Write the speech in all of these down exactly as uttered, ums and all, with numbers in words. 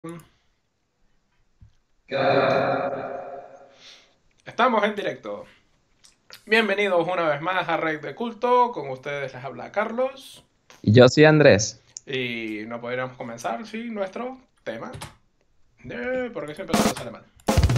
Estamos en directo. Bienvenidos una vez más a Red de Culto. Con ustedes les habla Carlos. Y yo soy Andrés. Y no podríamos comenzar sin nuestro tema. De... Porque siempre todo sale mal.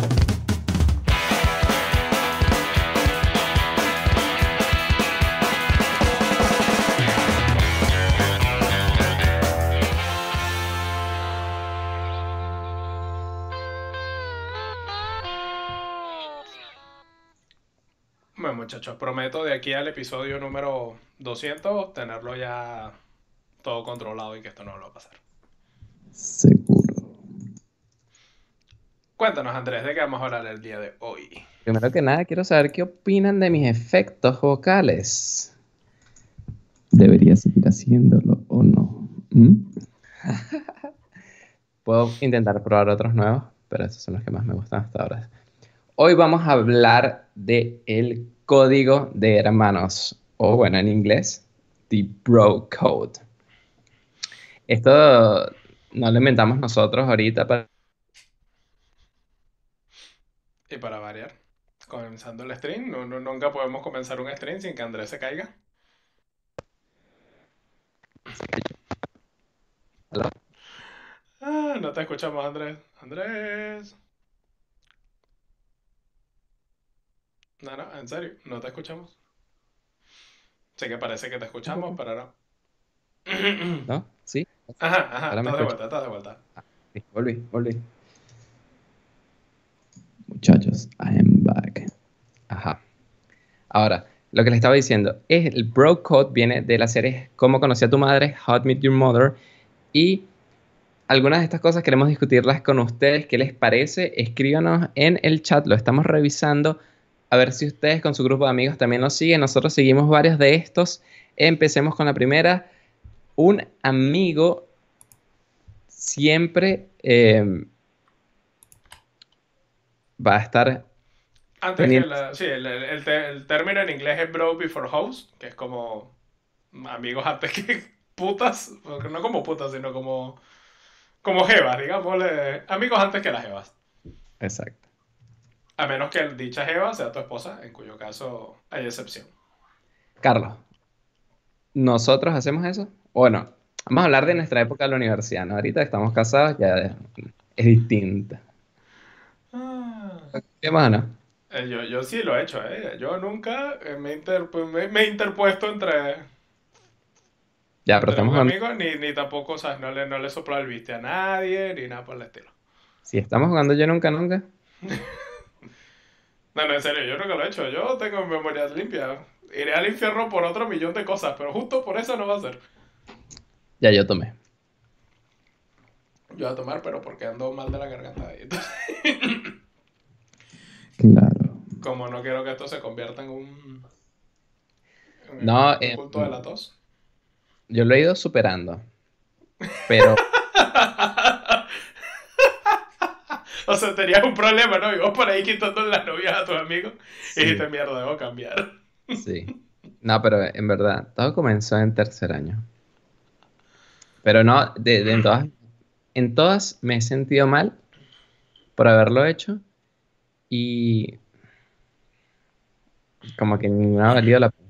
Bueno, muchachos, prometo de aquí al episodio número doscientos tenerlo ya todo controlado y que esto no va a pasar. Seguro. Cuéntanos, Andrés, ¿de qué vamos a hablar el día de hoy? Primero que nada, quiero saber qué opinan de mis efectos vocales. ¿Debería seguir haciéndolo o no? ¿Mm? Puedo intentar probar otros nuevos, pero esos son los que más me gustan hasta ahora. Hoy vamos a hablar de el código de hermanos, o bueno, en inglés, the Bro Code. Esto no lo inventamos nosotros ahorita, pero Y para variar, comenzando el stream, no, no- nunca podemos comenzar un stream sin que Andrés se caiga. Ah, no te escuchamos, Andrés. Andrés. No, no, en serio, no te escuchamos. Sé que parece que te un escuchamos, poco, pero no. ¿no? ¿Sí? Ajá, ajá, Ahora me estás de escucho. vuelta, estás de vuelta. Sí, volví, volví. Muchachos, I am back. Ajá. Ahora, lo que les estaba diciendo es el Bro Code viene de la serie Cómo conocí a tu madre, How I Met Your Mother, y algunas de estas cosas queremos discutirlas con ustedes. ¿Qué les parece? Escríbanos en el chat, lo estamos revisando, a ver si ustedes con su grupo de amigos también nos siguen. Nosotros seguimos varios de estos. Empecemos con la primera. Un amigo siempre eh, va a estar Antes que pendiente. la. Sí, el, el, el te- el término en inglés es bro before host, que es como amigos antes que putas. Porque no como putas, sino como. Como jevas, digámosle. Amigos antes que las jevas. Exacto. A menos que dicha jeva sea tu esposa, en cuyo caso hay excepción. Carlos, ¿nosotros hacemos eso? Bueno, vamos a hablar de nuestra época de la universidad, ¿no? Ahorita estamos casados, ya es, es distinta. Ah. ¿Qué más, no? Eh, yo, yo sí lo he hecho, ¿eh? Yo nunca eh, me, inter- me, me he interpuesto entre, Ya, pero entre estamos un jugando. amigo, ni, ni tampoco, ¿sabes? No le, no le he soplado el viste a nadie, ni nada por el estilo. Si estamos jugando yo nunca, nunca. No, no, en serio, yo nunca lo he hecho. Yo tengo memoria limpia. Iré al infierno por otro millón de cosas, pero justo por eso no va a ser. Ya yo tomé. Yo voy a tomar, pero porque ando mal de la garganta. Entonces, Claro. como no quiero que esto se convierta en un, en No, un eh, culto de la tos. yo lo he ido superando, pero O sea, tenías un problema, ¿no? Y vos por ahí quitando las novias a tus amigos y sí, dijiste, mierda, debo cambiar. sí. No, pero en verdad, todo comenzó en tercer año. Pero no, de, de en todas, en todas me he sentido mal por haberlo hecho y como que ninguna ha valido la pena.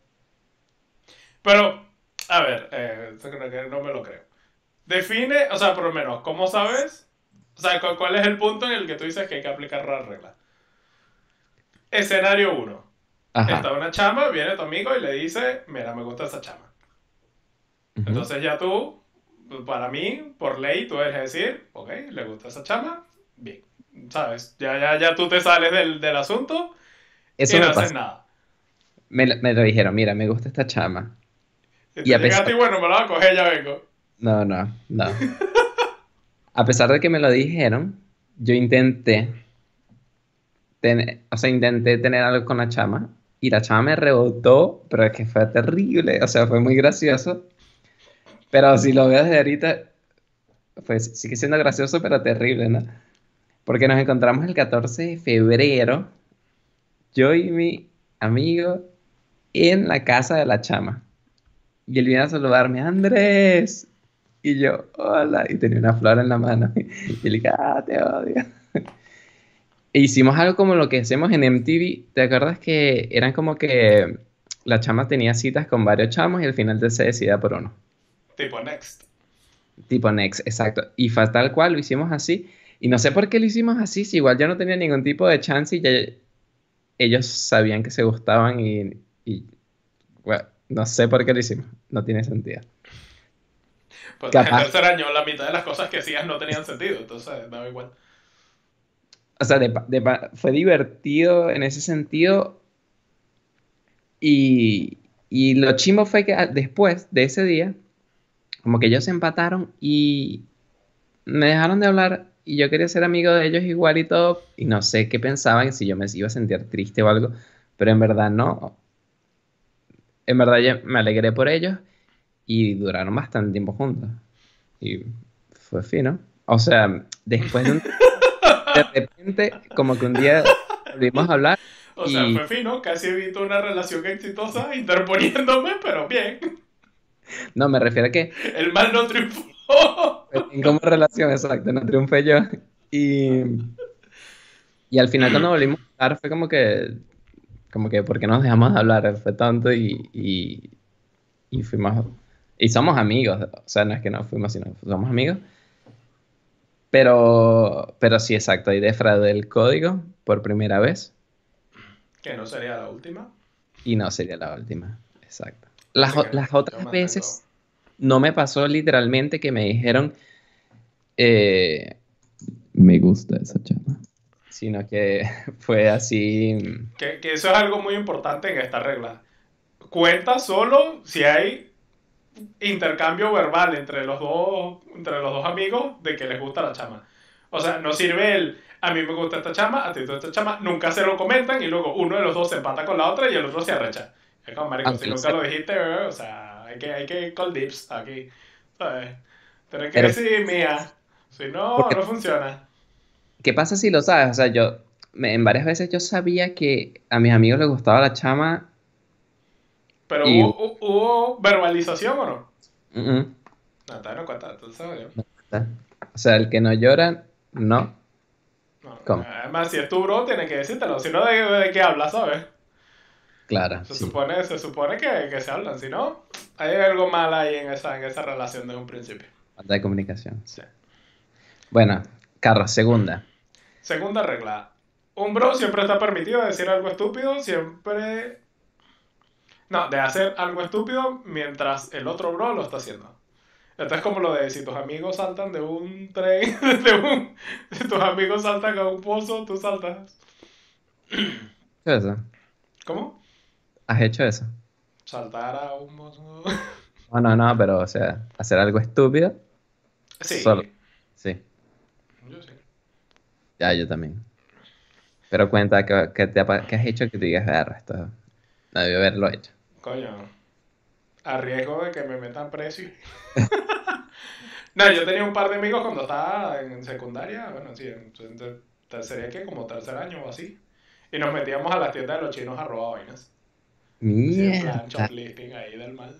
Pero, a ver, eh, eso creo que no me lo creo. Define, o sea, por lo menos, ¿cómo sabes? O sea, ¿cu- ¿cuál es el punto en el que tú dices que hay que aplicar la regla? Escenario uno. Está Ajá. una chama, viene tu amigo y le dice, mira, me gusta esa chama. Ujú. Entonces ya tú, para mí, por ley, tú debes decir, ok, le gusta esa chama, bien. ¿Sabes? Ya, ya, ya tú te sales del, del asunto y Eso no me haces pasó. nada. Me, lo- me lo dijeron, mira, me gusta esta chama. Y Y te a llegaste pesar... y bueno, me la voy a coger, ya vengo. No, no, no. A pesar de que me lo dijeron, yo intenté, ten- o sea, intenté tener algo con la chama y la chama me rebotó, pero es que fue terrible, o sea, fue muy gracioso. Pero si lo veo desde ahorita, pues sigue siendo gracioso, pero terrible, ¿no? Porque nos encontramos el catorce de febrero, yo y mi amigo, en la casa de la chama. Y él viene a saludarme, Andrés. Y yo, hola, y tenía una flor en la mano. Y le dije, ah, te odio. E hicimos algo como lo que hacemos en M T V. ¿Te acuerdas que eran como que la chama tenía citas con varios chamos y al final te se decidía por uno? Tipo Next. Tipo Next, exacto. Y fue tal cual, lo hicimos así. Y no sé por qué lo hicimos así, si igual yo no tenía ningún tipo de chance y ya ellos sabían que se gustaban y, y bueno, no sé por qué lo hicimos. No tiene sentido. Pues en Capaz, tercer año la mitad de las cosas que hacías no tenían sentido, entonces daba igual. o sea, de pa- de pa- fue divertido en ese sentido y, y lo chimbo fue que ah, después de ese día, como que ellos se empataron y me dejaron de hablar y yo quería ser amigo de ellos igual y todo y no sé qué pensaban, si yo me iba a sentir triste o algo, pero en verdad no. En verdad yo me alegré por ellos y duraron bastante tiempo juntos y fue fino. O sea, después de un de repente, como que un día volvimos a hablar O sea, y fue fino, casi evito una relación exitosa interponiéndome, pero bien. no, me refiero a que El mal no triunfó. fue bien como relación, exacto, no triunfé yo. Y, y al final cuando volvimos a hablar fue como que, como que, ¿por qué nos dejamos de hablar? Fue tanto y, y, y fuimos, y somos amigos, o sea, no es que no fuimos, sino somos amigos. Pero, pero sí, exacto, ahí defraudé el código por primera vez Que no sería la última. y no sería la última, exacto. Las, Así o- que las yo otras mantengo. veces no me pasó literalmente que me dijeron, eh, me gusta esa chama, sino que fue así, Que, que eso es algo muy importante en esta regla. Cuenta solo si hay intercambio verbal entre los dos, entre los dos amigos de que les gusta la chama. O sea, no sirve el a mí me gusta esta chama, a ti te gusta esta chama, nunca se lo comentan y luego uno de los dos se empata con la otra y el otro se arrecha. Es como, marico, aunque si lo nunca lo sepa. dijiste, bebé, o sea, hay que, hay que call dips aquí, ¿sabes? Tienes que Pero, decir mía, si no, porque, no funciona. ¿qué pasa si lo sabes? O sea, yo, me- en varias veces yo sabía que a mis amigos les gustaba la chama Pero y... hubo, hubo verbalización o no. mm, mm, No, todavía no cuenta, entonces, oye. no, o sea, el que no llora, no. No, ¿Cómo? además, si es tu bro, tiene que decírtelo. Si no, ¿de, de qué hablas, sabes? Claro, Se sí. supone, se supone que, que se hablan. Si no, hay algo mal ahí en esa, en esa relación desde un principio. Falta de comunicación, sí. Sí. Bueno, Carlos, segunda. Segunda regla. Un bro siempre está permitido decir algo estúpido, siempre... No, de hacer algo estúpido mientras el otro bro lo está haciendo. Esto es como lo de si tus amigos saltan de un tren, de un... Si tus amigos saltan a un pozo, tú saltas. ¿Qué es eso? ¿Cómo? ¿Has hecho eso? Saltar a un pozo. No, no, no, pero, o sea, hacer algo estúpido, solo. Sí, Sí, yo sí. ya, yo también. Pero cuenta que, que te ha pa- que has hecho que te digas, "Verga, esto no debió haberlo hecho". Coño, a riesgo de que me metan preso. No, yo tenía un par de amigos cuando estaba en secundaria, bueno, sí, en, en, en- sería que como tercer año o así. Y nos metíamos a las tiendas de los chinos a robar vainas. Así en plan Mierda. shoplifting ahí del mal.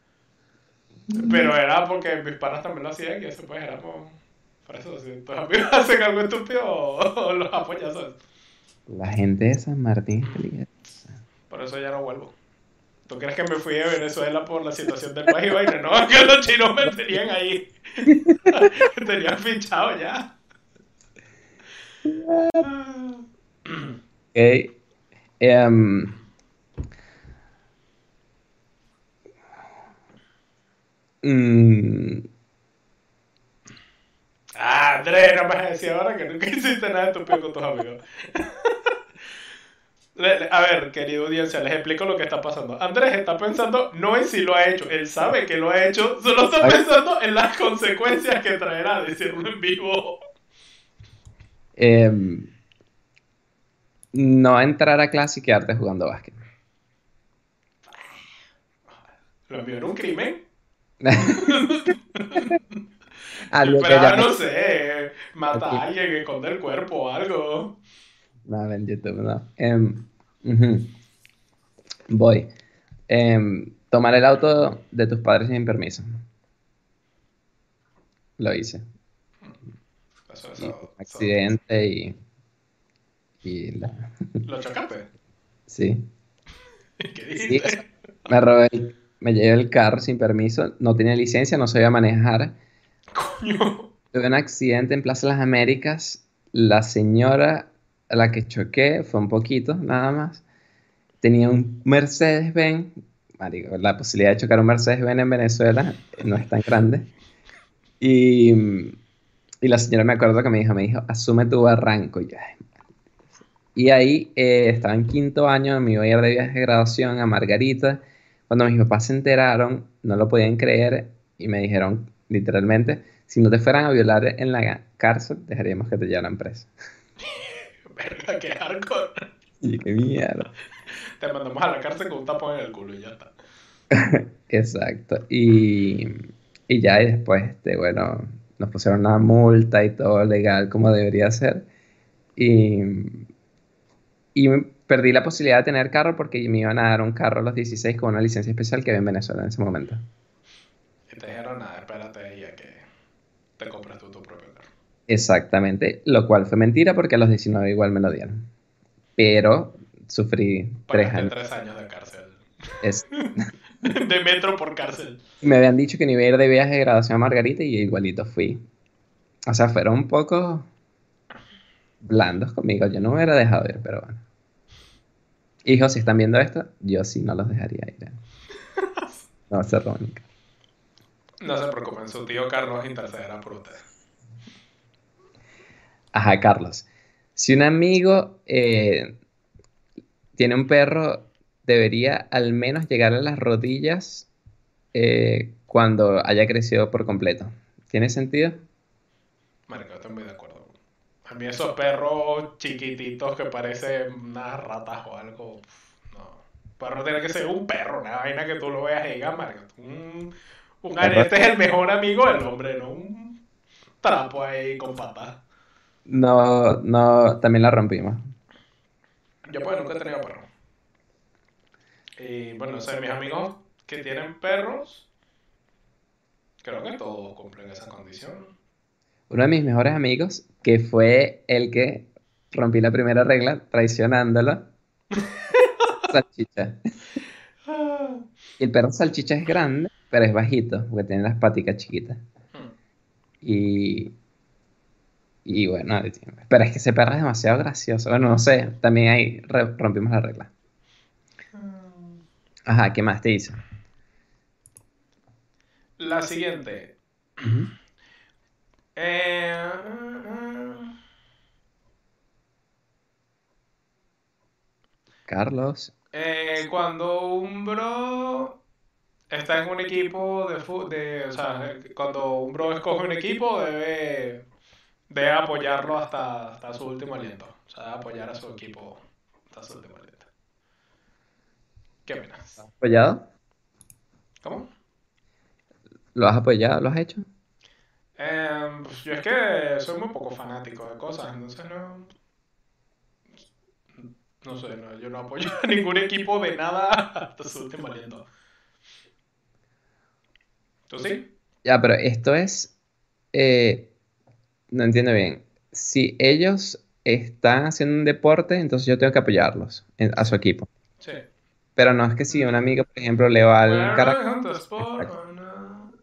Pero era porque mis panas también lo hacían y eso pues éramos... Por eso, si tus amigos hacen algo estúpido o los apoyas, ¿sabes? La gente de San Martín es peligrosa. Por eso ya no vuelvo. ¿Tú crees que me fui de Venezuela por la situación del país y vaina? No, es que los chinos me tenían ahí. Me tenían fichado ya. Ok, em, mm, Ah, Andrés, no me vas a decir ahora que nunca hiciste nada estúpido con tus amigos. Le- le- A ver, querida audiencia, les explico lo que está pasando. Andrés está pensando no en si lo ha hecho, él sabe que lo ha hecho, solo está pensando en las consecuencias que traerá decirlo en vivo. em, no entrar a clase y quedarte jugando básquet. Lo envió en un crimen. Yo Algo que esperaba, llame no sé, matar a aquí. alguien, esconder el cuerpo o algo. No, en YouTube, no. Em, ujú, voy. Em, tomar el auto de tus padres sin permiso. lo hice. Eso, Y un eso, eso pasa. accidente y, y la- ¿Lo chocaste? sí. ¿Qué Sí, o sea, dijiste? me robé el- me llevé el carro sin permiso, no tenía licencia, no sabía manejar. Coño. Tuve un accidente en Plaza de las Américas. La señora a la que choqué fue un poquito, nada más. Tenía un Mercedes-Benz. Marico, la posibilidad de chocar un Mercedes-Benz en Venezuela eh, no es tan grande. Y, y la señora me acuerdo que me dijo, me dijo, asume tu barranco. Y, yo, "Ay". Y ahí eh, estaba en quinto año, me iba a ir de viaje de graduación a Margarita. Cuando mis papás se enteraron, no lo podían creer y me dijeron literalmente, si no te fueran a violar en la cárcel, dejaríamos que te llevaran preso. Verga, qué hardcore. Y yo, qué mierda. Te mandamos a la cárcel con un tapón en el culo y ya está. Exacto. Y, y ya, y después, este, bueno, nos pusieron una multa y todo legal como debería ser. Y, y perdí la posibilidad de tener carro porque me iban a dar un carro a los dieciséis con una licencia especial que había en Venezuela en ese momento. Y te dijeron nada, espérate ahí a que te compres tú tu propio carro. Exactamente, lo cual fue mentira porque a los diecinueve igual me lo dieron. Pero sufrí tres Pagaste años. tres años de cárcel. Es, De metro por cárcel. me habían dicho que no iba a ir de viaje de graduación a Margarita y igualito fui. O sea, fueron un poco blandos conmigo. Yo no me hubiera dejado ir, pero bueno. Hijos, si están viendo esto, yo sí no los dejaría ir. ¿Eh? No se roban nunca. No se preocupen, su tío Carlos intercederá por ustedes. Ajá, Carlos. Si un amigo eh, tiene un perro, debería al menos llegar a las rodillas eh, cuando haya crecido por completo. ¿Tiene sentido? Marico, estoy muy de acuerdo. A mí esos perros chiquititos que parecen unas ratas o algo, pf, no. Perro tiene que ser un perro, una vaina que tú lo veas y digas, marico, un, un Perro. arete es el mejor amigo del hombre, no un trapo ahí con patas. No, no, también la rompimos. Yo pues nunca he tenido perro. Y bueno, o sea, mis amigos que tienen perros, creo que todos cumplen esa condición. Uno de mis mejores amigos, que fue el que rompí la primera regla traicionándolo, Salchicha. Ah. Y el perro Salchicha es grande, pero es bajito, porque tiene las paticas chiquitas. Hmm. Y, y bueno, pero es que ese perro es demasiado gracioso. Bueno, no sé, también ahí re- rompimos la regla. Ajá, ¿qué más te hizo? La siguiente. Ujú. Eh, Carlos. eh, cuando un bro está en un equipo de fútbol, de, o sea, cuando un bro escoge un equipo, debe, debe apoyarlo hasta, hasta su último aliento. O sea, debe apoyar a su equipo hasta su último aliento. ¿Qué opinas? ¿Apoyado? ¿Cómo? ¿Lo has apoyado? ¿Lo has hecho? Eh, pues yo es que soy muy poco fanático de cosas, entonces no, no sé, no, yo no apoyo a ningún equipo de nada hasta su último aliento. ¿Tú sí? Ya, pero esto es, eh, no entiendo bien. Si ellos están haciendo un deporte, entonces yo tengo que apoyarlos en- a Sí, su equipo. sí. Pero no es que si un Mm, amigo, por ejemplo, le va al Where Caracas. I hunt the sport Exacto. or not,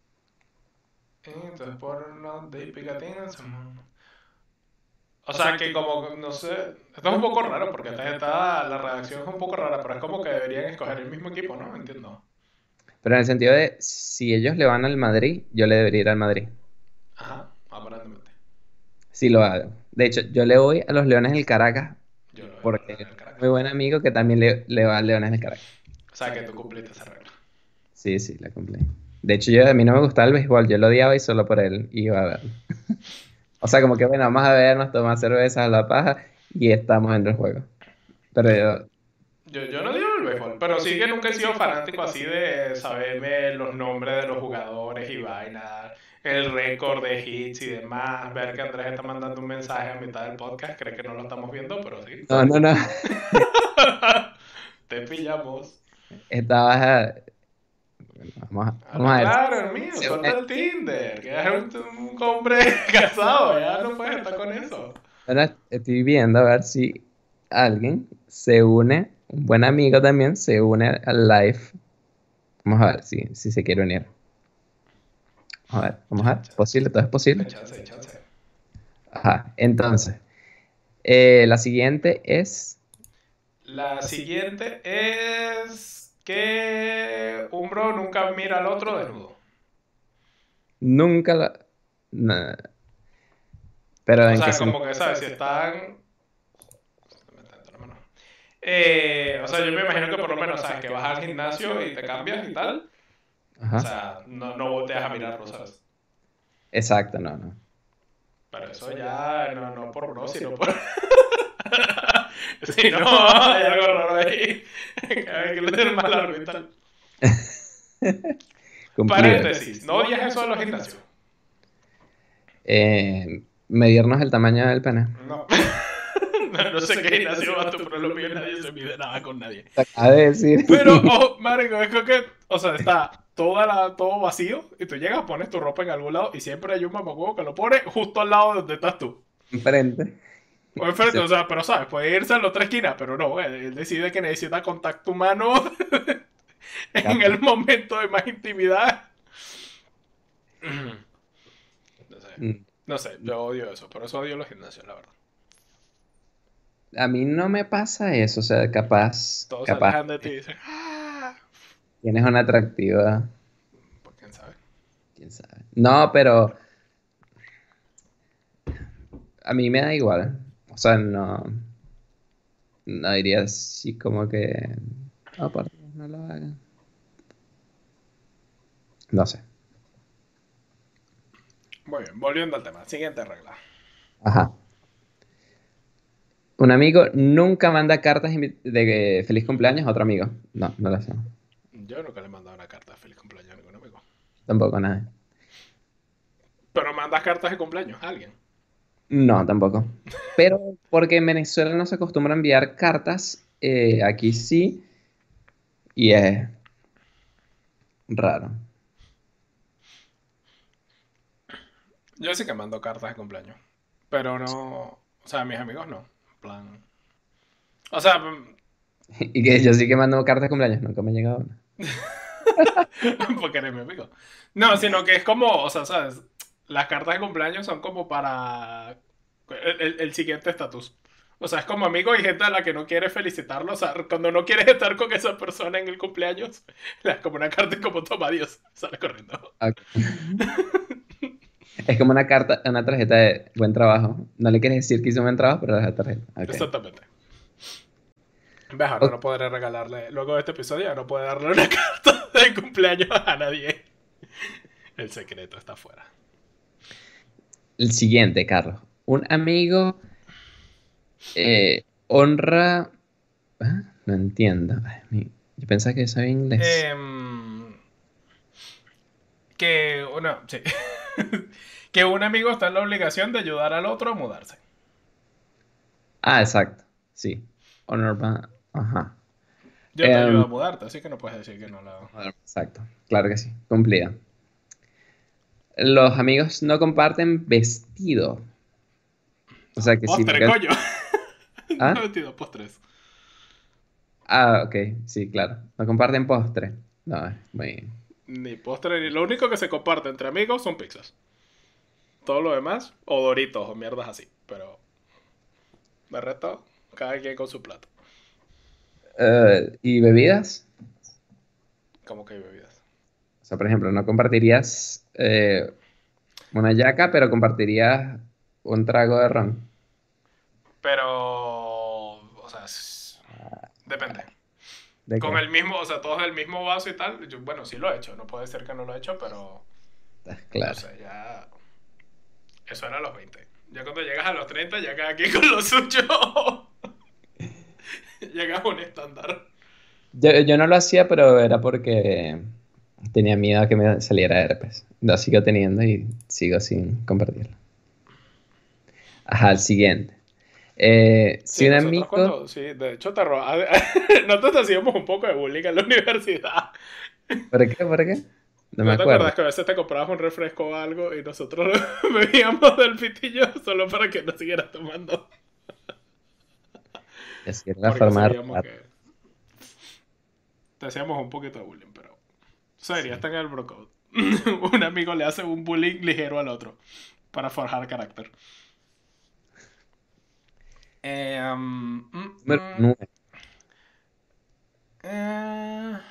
in the sport or not, they pick a thing and someone. O sea que como, no sé, esto es un poco raro porque está, está- la redacción es un poco rara, pero es como que deberían escoger el mismo equipo, ¿no? Entiendo. Pero en el sentido de, si ellos le van al Madrid, yo le debería ir al Madrid. Ajá, aparentemente. Sí lo hago. De hecho, yo le voy a los Leones del Caracas Yo lo veo a porque los es del un Caracas. muy buen amigo que también le, le va a Leones del Caracas. O sea que tú cumpliste esa regla. Sí, sí, la cumplí. De hecho, yo, a mí no me gustaba el béisbol, yo lo odiaba y solo por él iba a verlo. O sea, como que bueno, vamos a vernos, tomar cervezas a la paja y estamos en el juego. Pero yo, Yo, yo no digo el béisbol, pero sí que nunca he sido fanático así de saberme los nombres de los jugadores y vainas, el récord de hits y demás. Ver que Andrés está mandando un mensaje a mitad del podcast, cree que no lo estamos viendo, pero sí. no, no, no. Te pillamos. Estaba Vamos a, vamos Habla a ver. claro, hermano, Se suelta une- el Tinder, que eres un, un hombre casado, ya no puedes estar con eso. Ahora estoy viendo a ver si alguien se une, un buen amigo también se une al live. Vamos a ver si, si se quiere unir. Vamos a ver, vamos a ver. Posible, todo es Hay posible. chance, hay chance. Ajá, entonces, eh, la siguiente es La siguiente es que un bro nunca mira al otro desnudo. nunca la... no, pero O ¿en qué sea, sentido? como que, ¿sabes? Si están... Eh, o sea, yo me imagino que por lo menos, ¿sabes? Que vas al gimnasio y te cambias y tal. O Ajá, sea, no, no volteas a mirarlo, ¿sabes? exacto, no, no. Pero eso ya, no, no por bro, sino por... Si no, hay algo raro ahí. Hay que le den mal orbital. Cumplido. Paréntesis, no odias eso de los gimnasios. Eh, medirnos el tamaño del pene. No. No, no sé qué gimnasio vas tú, pero lo mío nadie se mide nada con nadie. Te acabo de decir. Pero, oh, marico, es que, o sea, está toda la, todo vacío y tú llegas, pones tu ropa en algún lado y siempre hay un mamacuevo que lo pone justo al lado de donde estás tú. Enfrente. O enfrente, Sí. o sea, pero sabes, puede irse a las tres esquinas, pero no, eh, él decide que necesita contacto humano en Capta. el momento de más intimidad. No sé, Mm. no sé, yo odio eso, por eso odio los gimnasios, la verdad. A mí no me pasa eso, o sea, capaz, Todos se capaz alejan de ti y dicen, ah, tienes una atractiva, pues quién sabe. quién sabe. No, pero a mí me da igual. O sea, no, no diría así como que, no, por Dios, no lo hagan. No sé. Muy bien, volviendo al tema, siguiente regla. Ajá. Un amigo nunca manda cartas invi- de feliz cumpleaños a otro amigo. No, no lo hacemos. Yo nunca le he mandado una carta de feliz cumpleaños a ningún amigo. Tampoco, nada. Pero mandas cartas de cumpleaños a alguien. No, tampoco. Pero porque en Venezuela no se acostumbra a enviar cartas, eh, aquí sí, y es raro. Yo sí que mando cartas de cumpleaños. Pero no. O sea, a mis amigos no. En plan. O sea, Y que yo sí que mando cartas de cumpleaños, nunca me ha llegado una. porque eres mi amigo. No, sino que es como. O sea, ¿sabes? Las cartas de cumpleaños son como para. El, el- el siguiente estatus. O sea, es como amigo y gente a la que no quieres felicitarlo. O sea, cuando no quieres estar con esa persona en el cumpleaños, le das como una carta y como toma adiós. Sale corriendo. Ok. Es como una carta, una tarjeta de buen trabajo. No le quieres decir que hizo un buen trabajo, pero la tarjeta. Ok. Exactamente. Ves, ahora Ok. no podré regalarle, luego de este episodio, ya no puedo darle una carta de cumpleaños a nadie. El secreto está afuera. El siguiente, Carlos. Un amigo eh, honra. Ah, no entiendo. Ay, mi- Yo pensaba que sabía inglés. Em, que una, sí. Que un amigo está en la obligación de ayudar al otro a mudarse. Ah, exacto. Sí. Honor ba- Ajá. Yo te ayudo Em, a mudarte, así que no puedes decir que no lo hago. exacto. Claro que sí. Cumplida. Los amigos no comparten vestido. O sea que sí. Postre, porque- coño. No he ¿Ah? metido postres. Ah, ok. Sí, claro. No comparten postre. No, es muy. Ni postre, ni lo único que se comparte entre amigos son pizzas. Todo lo demás, o doritos o mierdas así. Pero de resto, cada quien con su plato. Eh, ¿y bebidas? Como que hay bebidas. O sea, por ejemplo, no compartirías eh, una yaca, pero compartirías un trago de ron. Pero, o sea, es- depende. ¿De Con qué? el mismo, o sea, todos del mismo vaso y tal. Yo, bueno, sí lo he hecho. No puede ser que no lo he hecho, pero Estás no claro. sé, ya. Eso era a los veinte. Ya cuando llegas a los treinta, ya cada quien con lo suyo. Llegas a un estándar. Yo, yo no lo hacía, pero era porque tenía miedo a que me saliera herpes. Lo sigo teniendo y sigo sin compartirlo. Ajá, el siguiente. Eh, si Sí, un nosotros amigo... cuando. Sí, de hecho, te roba- nosotros hacíamos un poco de bullying en la universidad. ¿Por qué? ¿Por qué? No me ¿No te acuerdo. acuerdas que a veces te comprabas un refresco o algo y nosotros bebíamos del pitillo solo para que no siguieras tomando? Y así era la Porque forma de sabíamos robar. que te hacíamos un poquito de bullying, pero eso debería Sí. estar en el brocode. Un amigo le hace un bullying ligero al otro para forjar carácter. Eh, um, mm, Número mm, nueve. eh,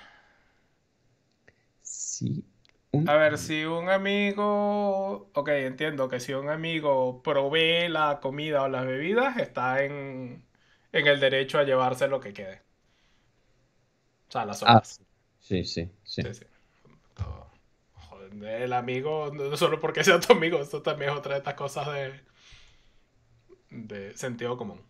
Sí. Un A ver, amigo. si un amigo, ok, entiendo que si un amigo provee la comida o las bebidas, está en, en el derecho a llevarse lo que quede. O sea, las Ah, sobras. sí. Sí, sí, sí. Sí, sí. Todo. Joder, el amigo, no solo porque sea tu amigo, esto también es otra de estas cosas de, de sentido común.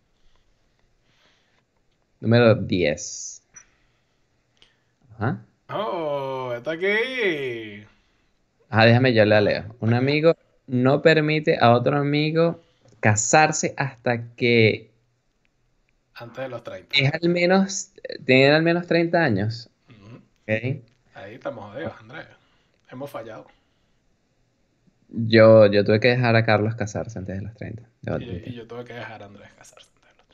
Número diez. Ajá. Oh, está aquí. Ah, déjame, yo la leo. Un amigo no permite a otro amigo casarse hasta que Antes de los treinta. es al menos, tiene al menos treinta años. Ujú. ¿Ok? Ahí estamos jodidos, Andrés. Hemos fallado. Yo, yo tuve que dejar a Carlos casarse antes de los treinta. Debo Y, y admitir. yo tuve que dejar a Andrés casarse antes de los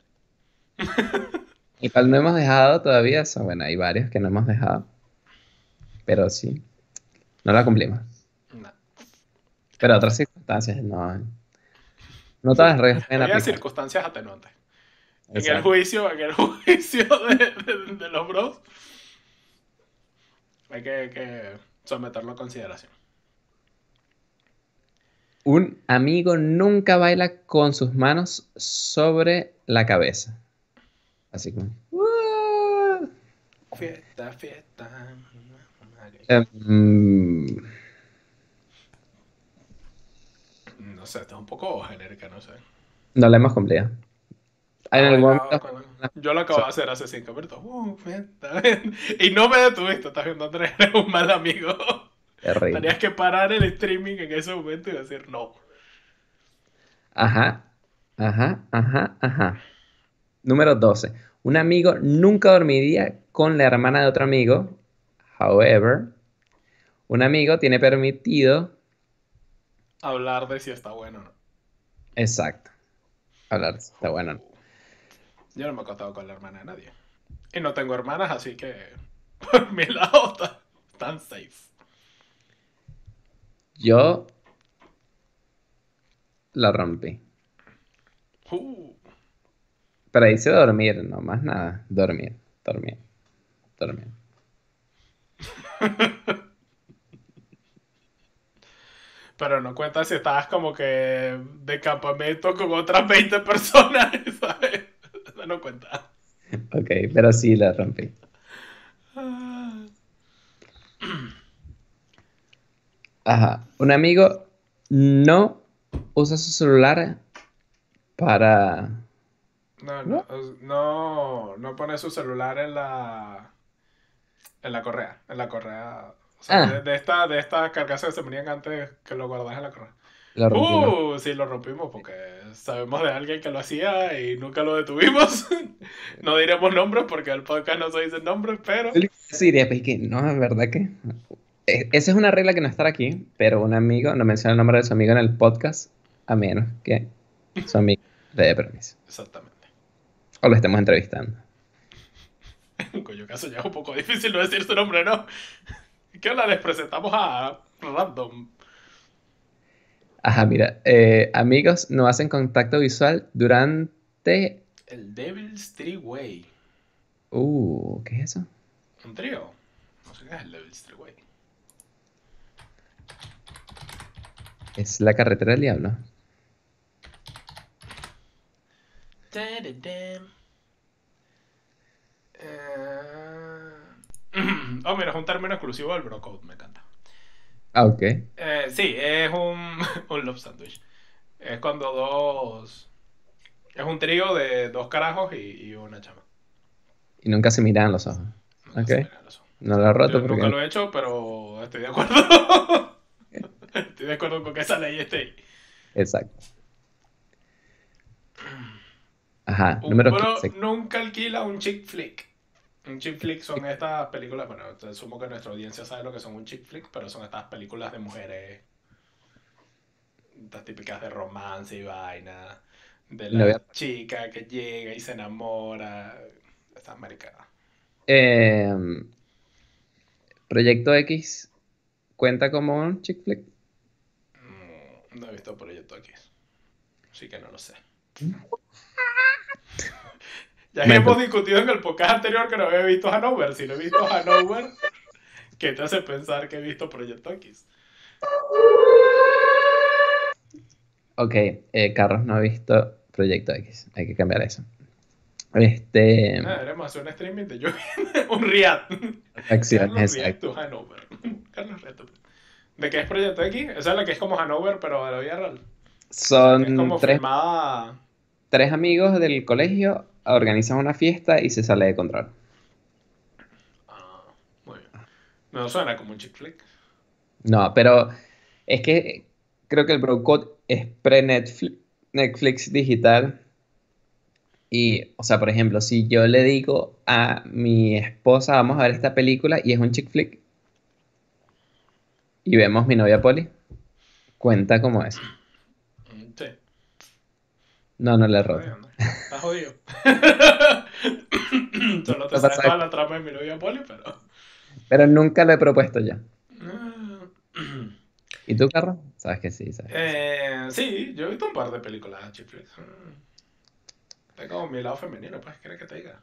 Y cual no hemos dejado todavía, son, bueno, hay varios que no hemos dejado, pero sí, no la cumplimos. treinta. No, Pero hemos otras fallado. circunstancias, no, no todas las reglas pueden Había aplicar. circunstancias atenuantes. En el Exacto. juicio, en el juicio de, de- de los bros, hay que, que someterlo a consideración. Un amigo nunca baila con sus manos sobre la cabeza. Así como. "Uh". Fiesta, fiesta. Em, No sé, está un poco genérica, no sé. no la hemos cumplido. En Has algún bailado momento. con... Yo lo acabo de hacer hace cinco minutos. Uh, fiesta. Y no me detuviste, estás viendo, Andrés, eres un mal amigo. Terrible. Tenías que parar el streaming en ese momento y decir no. Ajá, ajá, ajá, ajá. Número doce. Un amigo nunca dormiría con la hermana de otro amigo. However, un amigo tiene permitido, Hablar de si está bueno o no. exacto, hablar. Está bueno, ¿no? Uh, yo no me he acostado con la hermana de nadie. Y no tengo hermanas, así que por mi lado está- están safe. Yo la rompí. Uh, Pero dice dormir, no más nada. Dormir, dormir, dormir. pero no cuenta si estabas como que de campamento con otras veinte personas, ¿sabes? Eso no cuenta. Ok, pero sí la rompí. Ajá. Un amigo no usa su celular para... No, no, ¿What? no, no pone su celular en la, en la correa, en la correa, o sea, de, Ah, de esta, de estas carcasas que se ponían antes que lo guardas en la correa. lo rompimos. Uh, sí, lo rompimos porque sabemos de alguien que lo hacía y nunca lo detuvimos. No diremos nombres porque el podcast no se dice nombres, pero Sí, después que no, es verdad que... e- Esa es una regla que no estará aquí, pero un amigo no menciona el nombre de su amigo en el podcast a menos que su amigo le dé permiso. exactamente. O lo estemos entrevistando. En cuyo caso ya es un poco difícil no decir su nombre, ¿no? ¿Qué onda? Les presentamos a Random. Ajá, mira, eh, amigos no hacen contacto visual durante... El Devil's Three Way. Uh, ¿qué es eso? ¿Un trío? No sé qué es el Devil's Three Way. Es la carretera del diablo. Ta-da-dam. Eh, Oh, mira, es un término exclusivo del Brocode, me encanta. Ah, ok. Eh, sí, es un, un love sandwich. Es cuando dos. Es un trío de dos carajos y, y una chama. Y nunca se miran los ojos. Nunca Ok. se miran los ojos. No lo he Yo roto nunca porque... lo he hecho, pero estoy de acuerdo. Estoy de acuerdo con que esa ley esté ahí. Exacto. Ajá, Un número bro quince. nunca alquila un chick flick. Un chick flick son estas películas, bueno, te sumo que nuestra audiencia sabe lo que son un chick flick, pero son estas películas de mujeres, estas típicas de romance y vaina, de Y no la había- chica que llega y se enamora, estas maricadas. Em, Proyecto X cuenta como un chick flick. Mm, no he visto Proyecto X, así que no lo sé. Ya que Momento. hemos discutido en el podcast anterior que no había visto Hanover, si no he visto Hanover, ¿qué te hace pensar que he visto Proyecto X? Ok, eh, Carlos no ha visto Proyecto X. Hay que cambiar eso. Este. Nada, haremos hacer un streaming de yo, un React. Acciones, Carlos React exacto. to Hanover. Carlos React to... ¿De qué es Proyecto X? Esa es la que es como Hanover, pero de la vida real. O sea, que es Son como tres, filmada. tres amigos del colegio, organizan una fiesta y se sale de control. Ah, muy bien. No suena como un chick flick. No, pero es que creo que el bro code es pre-Netflix Netflix digital. Y, o sea, por ejemplo, si yo le digo a mi esposa, vamos a ver esta película y es un chick flick y vemos Mi novia Polly, cuenta como eso. Mm, sí, No, no le he estás roto. jodiendo. Estás jodido. Solo te Lo que sabes pasa es toda que- la trama de mi novia Poli, pero. Pero nunca lo he propuesto yo. Ah, ¿Y tú, Carlos? Sabes que sí, sabes que sí. eh, sí, yo he visto un par de películas de chick flicks. Tengo mi lado femenino, pues, ¿quieres que te diga?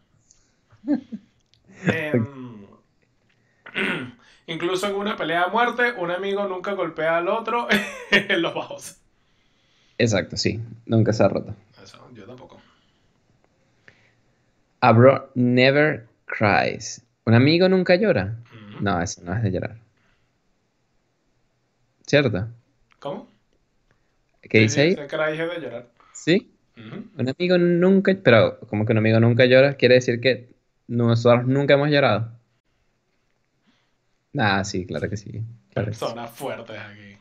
Em, Incluso en una pelea a muerte, un amigo nunca golpea al otro en los bajos. Exacto, sí. Nunca se ha roto. Eso, yo tampoco. A bro never cries. ¿Un amigo nunca llora? Ujú. No, eso no es de llorar. ¿Cierto? ¿Cómo? ¿Qué Sí, dice sí, ahí? sé que la dije de llorar. Sí. Ujú. Un amigo nunca, pero como que un amigo nunca llora, quiere decir que nosotros nunca hemos llorado. Ah, sí, claro que sí. Claro que sí. Personas fuertes aquí.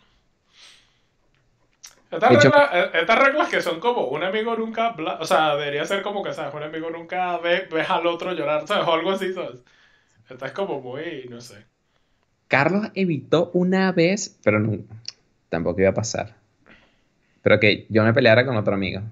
De Estas hecho, reglas, eh, estas reglas que son como un amigo nunca, bla- o sea, debería ser como que, ¿sabes? Un amigo nunca ve, ves al otro llorar, ¿sabes? O algo así, ¿sabes? Esta es como muy, no sé. Carlos evitó una vez, pero no, tampoco iba a pasar. Pero que yo me peleara con otro amigo.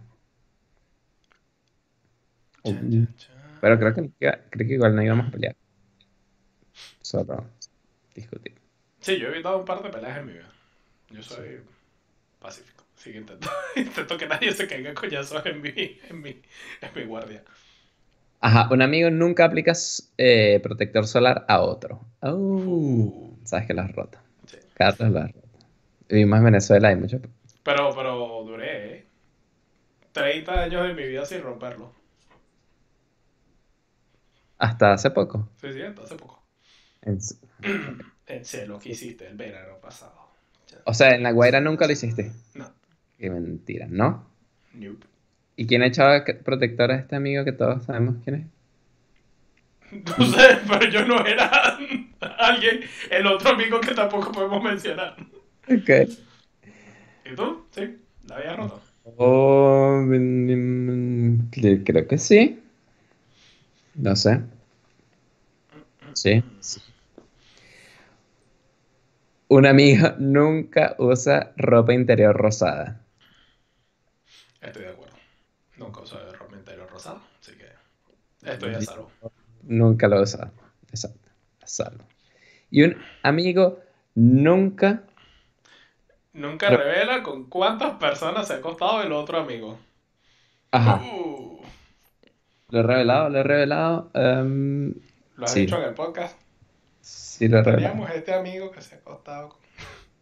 Chan, Mm, chan, Pero creo chan. que, creo que igual no íbamos a pelear. Solo discutir. Sí, yo he evitado un par de peleas en mi vida. Yo Sí. soy pacífico. Así que intento, intento que nadie se caiga a coñazos en mi, en mi, en mi guardia. Ajá, un amigo nunca aplica eh, protector solar a otro. Oh, Uh, sabes que lo has roto. sí. Carlos lo has roto. Vivimos en Venezuela, hay mucho. Pero, pero duré, ¿eh? treinta años de mi vida sin romperlo. Hasta hace poco. Sí, sí, hasta hace poco. En- En sé lo que hiciste el verano pasado. Chan, O sea, en La chan, Guaira chan, nunca lo chan. hiciste. No, Qué mentira, ¿no? nope. ¿Y quién echaba que- protector a este amigo que todos sabemos quién es? No sé, pero yo no era alguien, el otro amigo que tampoco podemos mencionar. Ok. ¿Y tú? Sí, la había roto. Oh, mm, mm, cre- creo que sí. No sé. Sí. Sí. Un amigo nunca usa ropa interior rosada. Estoy de acuerdo. Nunca uso de ropa interior rosado, así que estoy a salvo. Nunca lo usa. Exacto. A salvo. Y un amigo nunca. Nunca re- revela con cuántas personas se ha acostado el otro amigo. Ajá. Uh, Lo he revelado, lo he revelado. em, Lo has dicho sí, en el podcast. sí lo he revelado. Teníamos este amigo que se ha acostado con...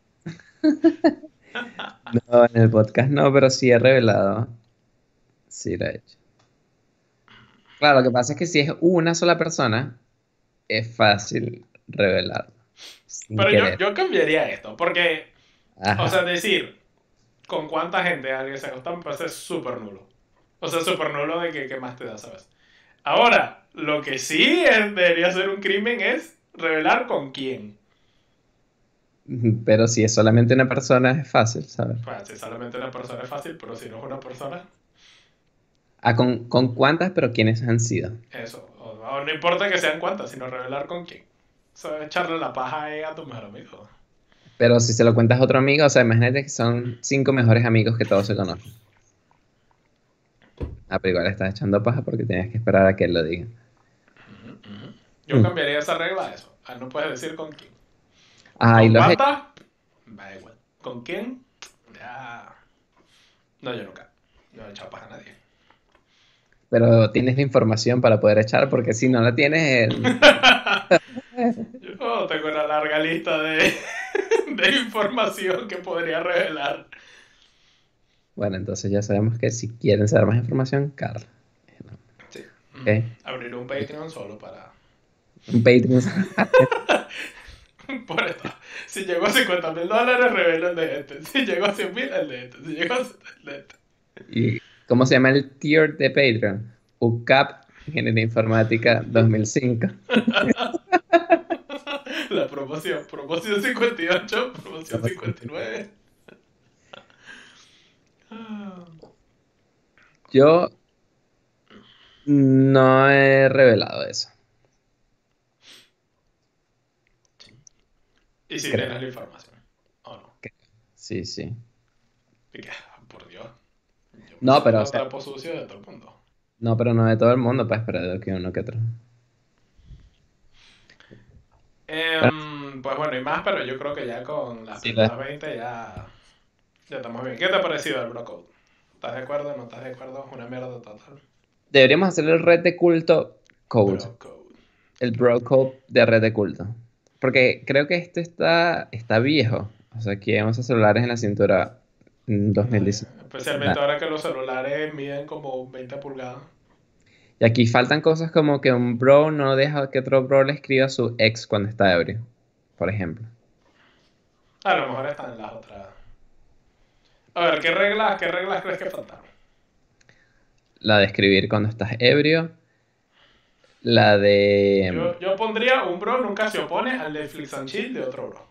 No, en el podcast no, pero sí he revelado. Sí lo he hecho. Claro, lo que pasa es que si es una sola persona, es fácil revelarlo. Sin Pero yo, querer. yo cambiaría esto, porque, o sea, Ajá. decir con cuánta gente alguien se ha acostado me parece súper nulo. O sea, súper nulo de que, que más te da, ¿sabes? Ahora, lo que sí es- debería ser un crimen es revelar con quién. Pero si es solamente una persona, es fácil, ¿sabes? Bueno, si solamente una persona es fácil, pero si no es una persona, Ah, ¿con, con cuántas, pero quiénes han sido? eso. O No, no importa que sean cuantas, sino revelar con quién. Eso es echarle la paja ahí a tu mejor amigo. Pero si se lo cuentas a otro amigo, o sea, imagínate que son cinco mejores amigos que todos se conocen. Ah, pero igual estás echando paja porque tienes que esperar a que él lo diga. Ujú, ujú. Yo Mm. cambiaría esa regla a eso. Ah, no puedes decir con quién. Ah, y ¿Con lo has hecho. cuántas? Da igual. ¿Con quién? Ya. No, yo nunca. No he echado paja a nadie. Pero tienes la información para poder echar, porque si no la tienes, el- Yo tengo una larga lista de, de información que podría revelar. bueno, entonces ya sabemos que si quieren saber más información, Carla. Sí. ¿Ok? Abriré un Patreon solo para. Un Patreon. Por esto. Si llegó a cincuenta mil dólares, revelo el de este. Si llegó a cien mil, el de este. Si llegó a el de este. ¿Y cómo se llama el tier de Patreon? U C A P Ingeniería Informática dos mil cinco. La promoción. Promoción cincuenta y ocho. Promoción cincuenta y nueve. Ah. Yo no he revelado eso, Y si creo. tienes la información. ¿O no? creo. Sí, sí. Y que, ah, por Dios. Yo me No, sé pero, o los sea, trapos sucios de todo el mundo. no, pero no de todo el mundo, pues, pero de que uno que otro. Pero Em, pues bueno, y más, pero yo creo que ya con las sí, lo- primeras veinte ya, ya estamos bien. ¿Qué te ha parecido el Brocode? ¿Estás de acuerdo? ¿No estás de acuerdo? Es una mierda total. deberíamos hacer el red de culto code, Brocode. el bro code de red de culto. Porque creo que este está, está viejo. O sea, aquí vamos a celulares en la cintura en Nadie. dos mil diecinueve. Especialmente ahora que los celulares miden como veinte pulgadas. Y aquí faltan cosas como que un bro no deja que otro bro le escriba a su ex cuando está ebrio, por ejemplo. A lo mejor están las otras. A ver, ¿qué reglas, qué reglas crees que faltaron? La de escribir cuando estás ebrio, la de... Yo, yo pondría un bro nunca se opone al Netflix and Chill de otro bro.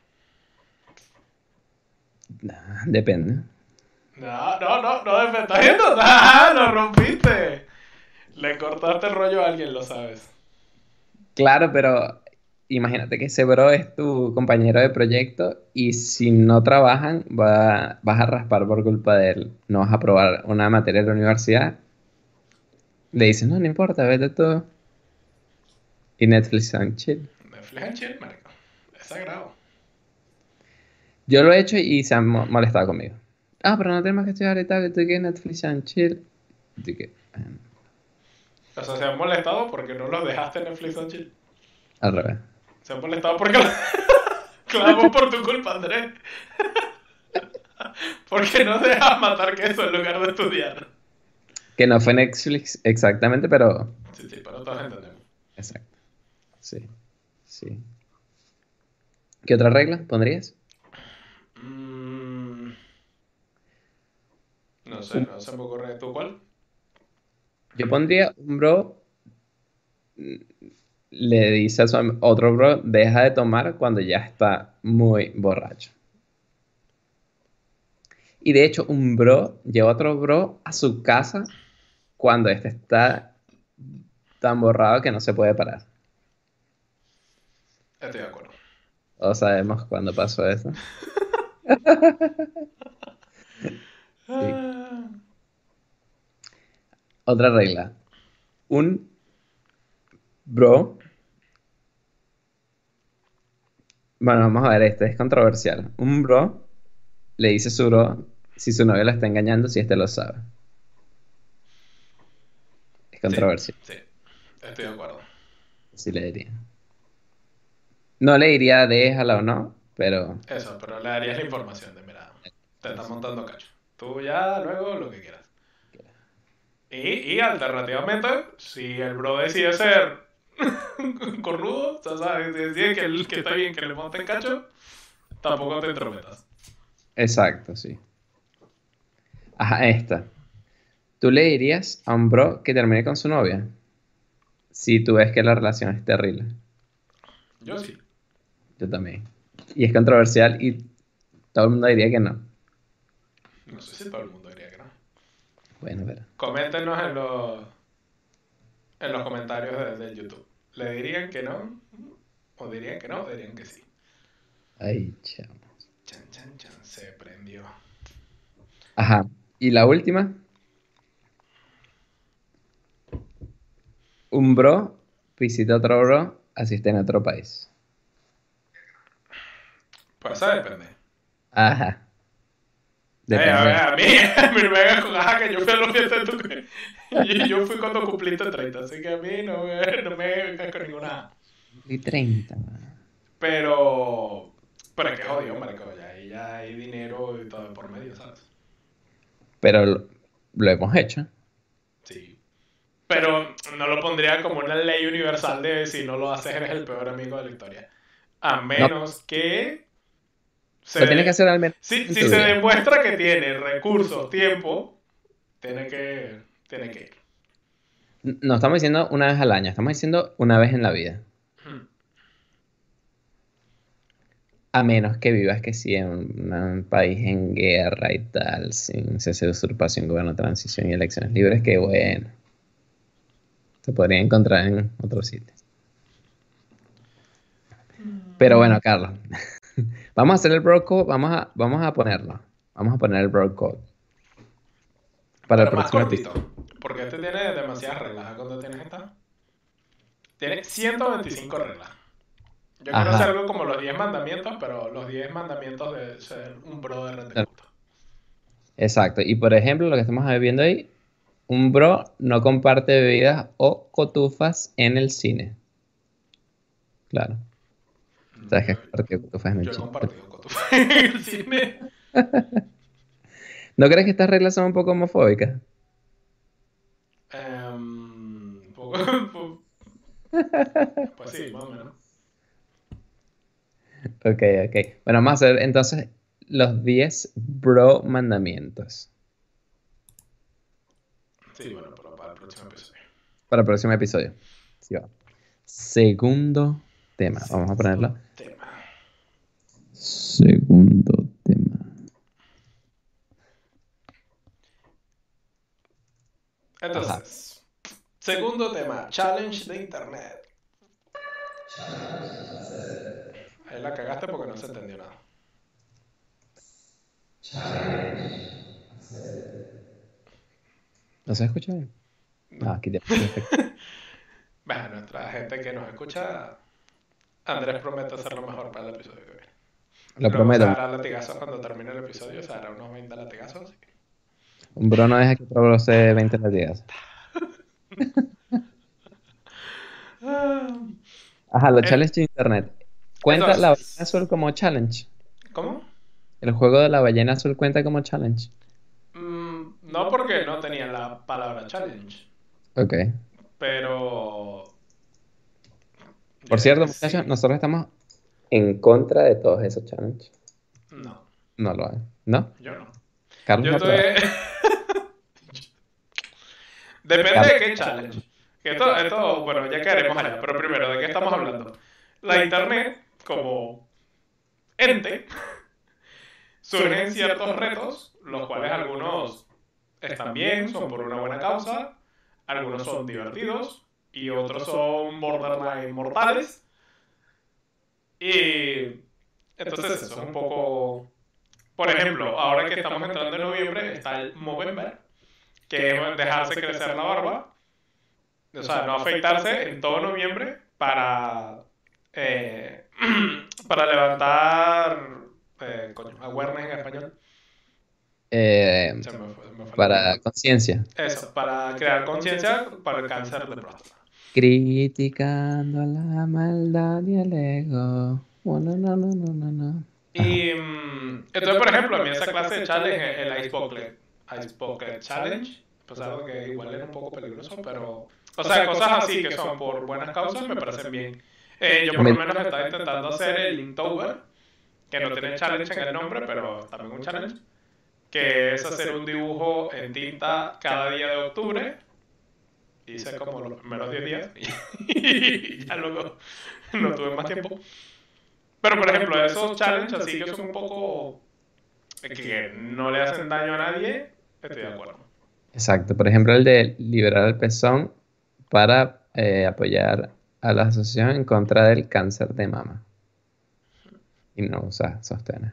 nah, depende. No, no, no, no, me estás viendo. ¡Ah! Lo rompiste. Le cortaste el rollo a alguien, lo sabes. Claro, pero imagínate que ese bro es tu compañero de proyecto y si no trabajan va- vas a raspar por culpa de él. No vas a aprobar una materia de la universidad. Le dices, no, no importa, vete tú. Y Netflix and chill. Netflix and Chill, marico. Es sagrado. Yo lo he hecho y se han mo- molestado conmigo. Ah, pero no tenemos que estudiar y tal, y tú que Netflix and chill. Y tú que, ah, O sea, se han molestado porque no los dejaste en Netflix and Chill. al revés. Se han molestado porque clavó por tu culpa, Andrés. Porque no dejas matar queso en lugar de estudiar. Que no fue Netflix exactamente, pero... Sí, sí, pero todos entendemos. Exacto. Sí, sí. ¿Qué otra regla pondrías? Mm, no sé, Un- no se me ocurre. ¿Tú cuál? yo pondría un bro le dice a su am- otro bro, deja de tomar cuando ya está muy borracho. Y de hecho, un bro lleva a otro bro a su casa cuando este está tan borrado que no se puede parar. Estoy de acuerdo. Todos sabemos cuándo pasó eso. Sí. Ah, Otra regla. Un bro, bueno, vamos a ver, este es controversial. Un bro le dice a su bro si su novio la está engañando, si este lo sabe. Es sí, controversial. sí, estoy de acuerdo. Sí le diría. No le diría déjala o no, pero Eso, pero le darías la información de, mira, te estás montando cacho. Tú ya luego lo que quieras. Y, y alternativamente, si el bro decide ser cornudo, o sea, ¿sabes? Si decide que, el, que está bien que le monten cacho, tampoco te entrometas. exacto, sí. Ajá, esta. ¿Tú le dirías a un bro que termine con su novia? Si tú ves que la relación es terrible. Yo sí. Yo también. Y es controversial y todo el mundo diría que no. No sé si todo el mundo diría que no. Bueno, pero. Coméntenos en los, en los comentarios de, de YouTube. ¿Le dirían que no? ¿O dirían que no? ¿O dirían que sí? Ay, chamo. Chan, chan, chan, se prendió. Ajá. Y la última, un bro visita a otro bro, asiste en otro país. Pues eso depende. Ajá. Eh, a ver, Depende. a mí, a mí no me hagas con ajá, que yo fui a la fiesta de tu... Y yo fui cuando cumpliste treinta, así que a mí no me, no me hagas con ninguna... Y treinta. Pero... Pero es que jodido, marico, ya ahí ya hay dinero y todo por medio, ¿sabes? Pero lo, lo hemos hecho. Sí. Pero no lo pondría como una ley universal de si no lo haces eres el peor amigo de la historia. A No, menos que lo tienes que se... hacer al menos Si, en si tu se vida. demuestra que tiene recursos, tiempo, tiene que, tiene que ir. No estamos diciendo una vez al año, estamos diciendo una vez en la vida. A menos que vivas que sí en un, un país en guerra y tal, sin cese de usurpación, gobierno, transición y elecciones libres, que bueno, se podría encontrar en otro sitio. Pero bueno, Carlos, vamos a hacer el bro code, vamos a, vamos a ponerlo. Vamos a poner el bro code para el Pero más próximo cortito, episodio. porque este tiene demasiadas reglas. ¿Cuánto tienes esta? Tiene ciento veinticinco reglas. Yo quiero hacer Ajá. algo como los diez mandamientos, pero los diez mandamientos de ser un brother de culto. Exacto. Y por ejemplo, lo que estamos viendo ahí, un bro no comparte bebidas o cotufas en el cine. Claro. No, ¿Sabes qué yo, es compartir cotufas en el yo he cine? compartido con tu en el cine. ¿No crees que estas reglas son un poco homofóbicas? Um, pues sí, más o menos. Ok, ok. Bueno, vamos a hacer entonces los diez bro mandamientos Sí, bueno, pero para el próximo episodio. para el próximo episodio. Sí, va. Segundo tema. Vamos a Segundo ponerlo. tema. Segundo tema. Ajá. Entonces, segundo tema, challenge de internet. Ahí la cagaste porque no se entendió nada. ¿No se escucha bien? No, No. aquí tenemos el efecto. Bueno, nuestra gente que nos escucha, Andrés promete hacerlo mejor para el episodio de hoy. Lo Luego se prometo. hará latigazos cuando termine el episodio, se hará unos veinte latigazos. Así que... Un bro no deja que otro bro se dé veinte latigazos. Ah, Ajá, los en- challenges de internet. ¿Cuenta la ballena entonces, azul como challenge? ¿cómo? ¿El juego de la ballena azul cuenta como challenge? Mm, no porque no tenía la palabra challenge, Ok. pero Por diría cierto, que muchachos, sí. nosotros estamos en contra de todos esos challenges. No, No lo hay. ¿No? yo no. Carlos Yo lo estoy... aprueba. Depende Carlos. de qué challenge. Que esto, esto, bueno, ya quedaremos allá, pero primero, ¿de qué estamos hablando? La internet, como ente, surgen ciertos retos, los cuales algunos están bien, son por una buena causa, algunos son divertidos y otros son borderline mortales. Y entonces eso es un poco... Por ejemplo, ahora que estamos entrando en noviembre, está el Movember, que es dejarse crecer la barba, o sea, no afeitarse en todo noviembre para, eh, para levantar, eh, coño, awareness en español. Eh, Se me fue, me fue la para palabra. conciencia. Eso, para crear conciencia para el cáncer de próstata. Criticando la maldad y el ego. Oh, no, no, no, no, no, no. Ajá. Y mm, entonces, por ejemplo, a mí esa clase de challenge, el Ice Bucket, Ice Bucket Challenge, a pesar de que igual es un poco peligroso, pero, o sea, cosas así que son por buenas causas me parecen bien. Eh, yo A por lo mí- menos estaba intentando hacer el Inktober, que no tiene challenge en el nombre, pero también un challenge, que es hacer un dibujo en tinta cada día de octubre. Hice como los primeros diez días y ya luego no tuve más tiempo. Pero por ejemplo, esos challenges así que son un poco que no le hacen daño a nadie, estoy de acuerdo. Exacto. Por ejemplo, el de liberar el pezón para eh, apoyar a la asociación en contra del cáncer de mama. Y no usa sostenes.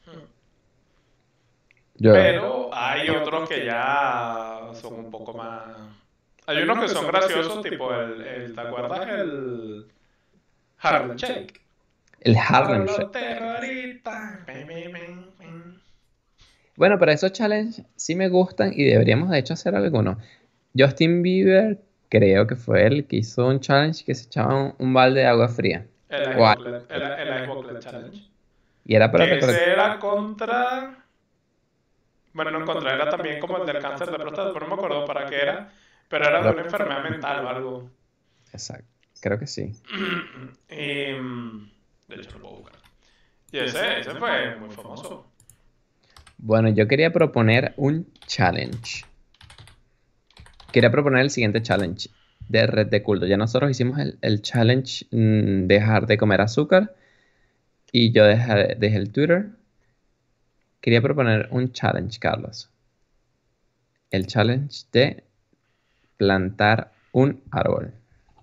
Yo, Pero hay otros que ya son un poco más... Hay unos que son graciosos, tipo el, el ¿te acuerdas? El Harlem Shake. el Harlem Pablo Shake. Terrorista. Pim, pim, pim, pim. Bueno, pero esos challenges sí me gustan y deberíamos de hecho hacer alguno. Justin Bieber creo que fue el que hizo un challenge que se echaba un, un balde de agua fría. El Ice O algo. Bucket, el, el Ice Bucket Challenge. Y era para Que recolectar. ese era contra... Bueno, no contra, era también como el del cáncer de próstata, pero no me acuerdo para qué era. Pero era de una enfermedad mental o algo. Exacto, creo que sí. Y... mm, de hecho, lo puedo buscar. Y ese, ese fue muy famoso. Bueno, yo quería proponer un challenge. Quería proponer el siguiente challenge de Red de Culto. Ya nosotros hicimos el, el challenge mm, dejar de comer azúcar y yo dejé, dejé el Twitter. Quería proponer un challenge, Carlos. El challenge de plantar un árbol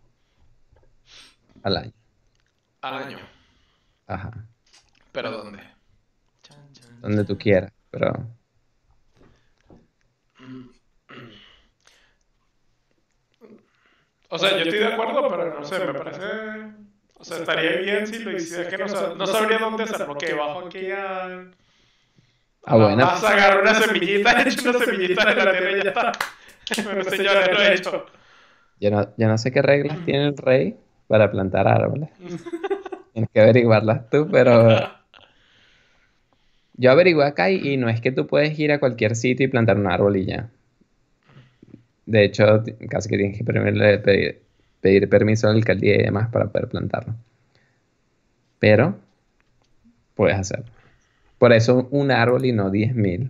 al año. Al año. Ajá, ¿Pero dónde? Chan, chan, donde tú chan. quieras, pero O sea, yo estoy de acuerdo, pero no sé, me parece... O sea, estaría bien si lo hiciera. Es que no, sab- no sabría dónde hacerlo. Que bajo aquí a... A ah, la bueno, vas a agarrar una semillita, he hecho una semillita de la tierra y ya está. Bueno, señores, lo he hecho. yo no, yo no sé qué reglas tiene el rey para plantar árboles. Tienes que averiguarlas tú, pero yo averigué acá y, y no es que tú puedes ir a cualquier sitio y plantar un árbol y ya. De hecho, ti- casi que tienes que primero pedir, pedir permiso a la alcaldía y demás para poder plantarlo. Pero puedes hacerlo. Por eso un árbol y no diez mil.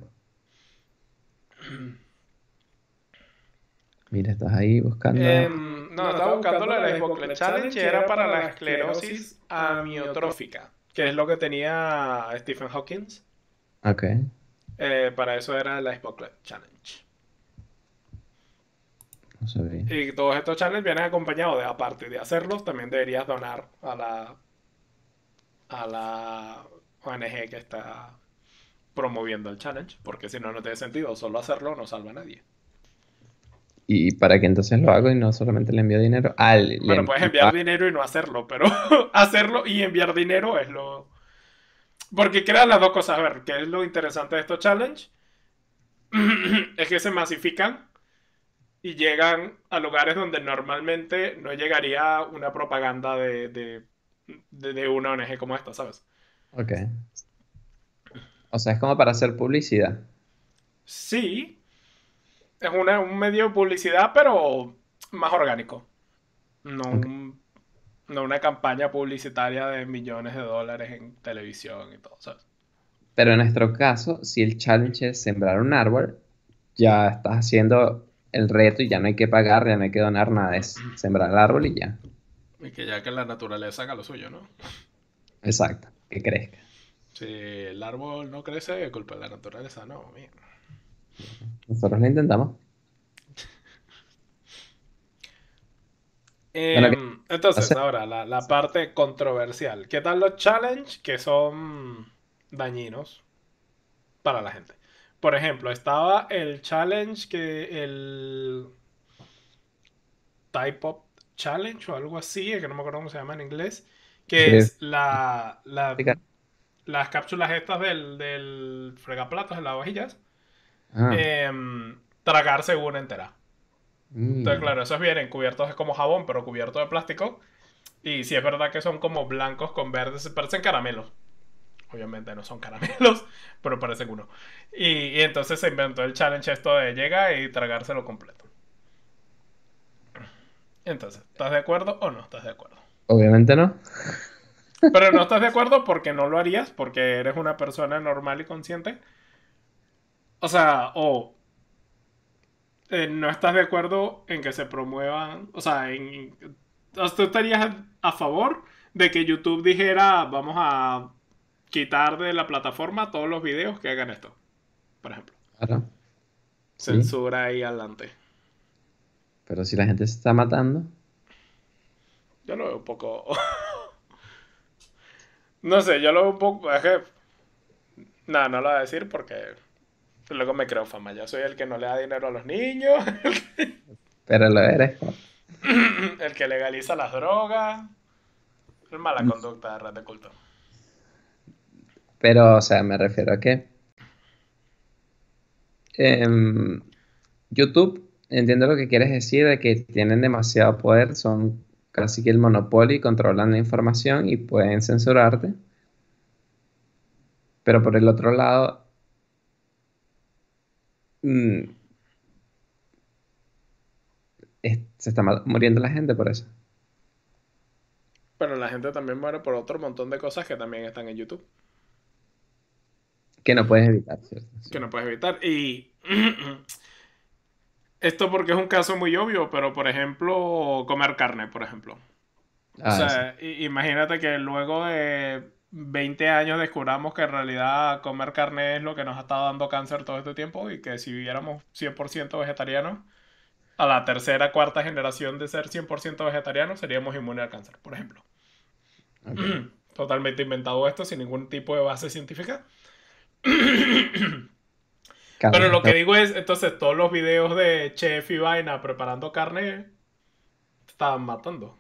Mira, estás ahí buscando. Em, no, estaba buscando la del Booklet Challenge y era para la esclerosis amiotrófica, que es lo que tenía Stephen Hawking. Ok, Eh, para eso era la Booklet Challenge. no sabía. Y todos estos challenges vienen acompañados de, aparte de hacerlos, también deberías donar a la, a la O N G que está promoviendo el challenge, porque si no, no tiene sentido. Solo hacerlo no salva a nadie. ¿Y para qué entonces lo hago y no solamente le envío dinero? Ah, le, le Bueno, puedes envío enviar a- dinero y no hacerlo, pero hacerlo y enviar dinero es lo... Porque crean las dos cosas. A ver, ¿qué es lo interesante de estos challenges? Es que se masifican y llegan a lugares donde normalmente no llegaría una propaganda de, de, de, de una O N G como esta, ¿sabes? Ok. O sea, es como para hacer publicidad. Sí, es una, un medio de publicidad, pero más orgánico. No, Ok. un, no una campaña publicitaria de millones de dólares en televisión y todo, ¿sabes? Pero en nuestro caso, si el challenge es sembrar un árbol, ya estás haciendo el reto y ya no hay que pagar, ya no hay que donar nada, es sembrar el árbol y ya. Y que ya que la naturaleza haga lo suyo, ¿no? Exacto, que crezca. Si el árbol no crece, es culpa de la naturaleza, no, mira. Nosotros lo intentamos. Bueno, ¿qué Em, entonces, hacer? ahora, la, la parte controversial. ¿Qué tal los challenges que son dañinos para la gente? Por ejemplo, estaba el challenge que el Type Up Challenge o algo así, que no me acuerdo cómo se llama en inglés, que Sí, es la, la- las cápsulas estas del, del fregaplatos, de las vajillas, ah, em, tragarse una entera. Entonces, mm, claro, esos vienen cubiertos como jabón, pero cubiertos de plástico. Y si es verdad que son como blancos con verdes, parecen caramelos. Obviamente no son caramelos, pero parecen uno. Y, y entonces se inventó el challenge esto de llega y tragárselo completo. Entonces, ¿estás de acuerdo o no estás de acuerdo? obviamente no. Pero no estás de acuerdo porque no lo harías, porque eres una persona normal y consciente. O sea, o eh, no estás de acuerdo en que se promuevan, o sea, en, o sea, tú estarías a favor de que YouTube dijera, vamos a quitar de la plataforma todos los videos que hagan esto, por ejemplo. Claro, sí. Censura ahí adelante. Pero si la gente se está matando, Yo lo veo un poco... No sé, yo lo veo un poco... Es que... Nada, no lo voy a decir porque luego me creo fama. Yo soy el que no le da dinero a los niños, pero lo eres. el que legaliza las drogas. Es mala conducta de red de culto. Pero, o sea, me refiero a que em, YouTube, entiendo lo que quieres decir de que tienen demasiado poder, son casi que el monopolio y controlan la información y pueden censurarte. Pero por el otro lado, mm, es- se está ma- muriendo la gente por eso. Pero la gente también muere por otro montón de cosas que también están en YouTube. Que no puedes evitar, ¿cierto? Que Sí. no puedes evitar. Y esto porque es un caso muy obvio, pero por ejemplo, comer carne, por ejemplo. O Ah, eso. sea, i- imagínate que luego de veinte años descubramos que en realidad comer carne es lo que nos ha estado dando cáncer todo este tiempo y que si viviéramos cien por ciento vegetarianos, a la tercera, cuarta generación de ser cien por ciento vegetarianos seríamos inmunes al cáncer, por ejemplo. Ok. Totalmente inventado esto sin ningún tipo de base científica. Pero Carlos, lo te- que digo es, entonces todos los videos de chef y vaina preparando carne te estaban matando.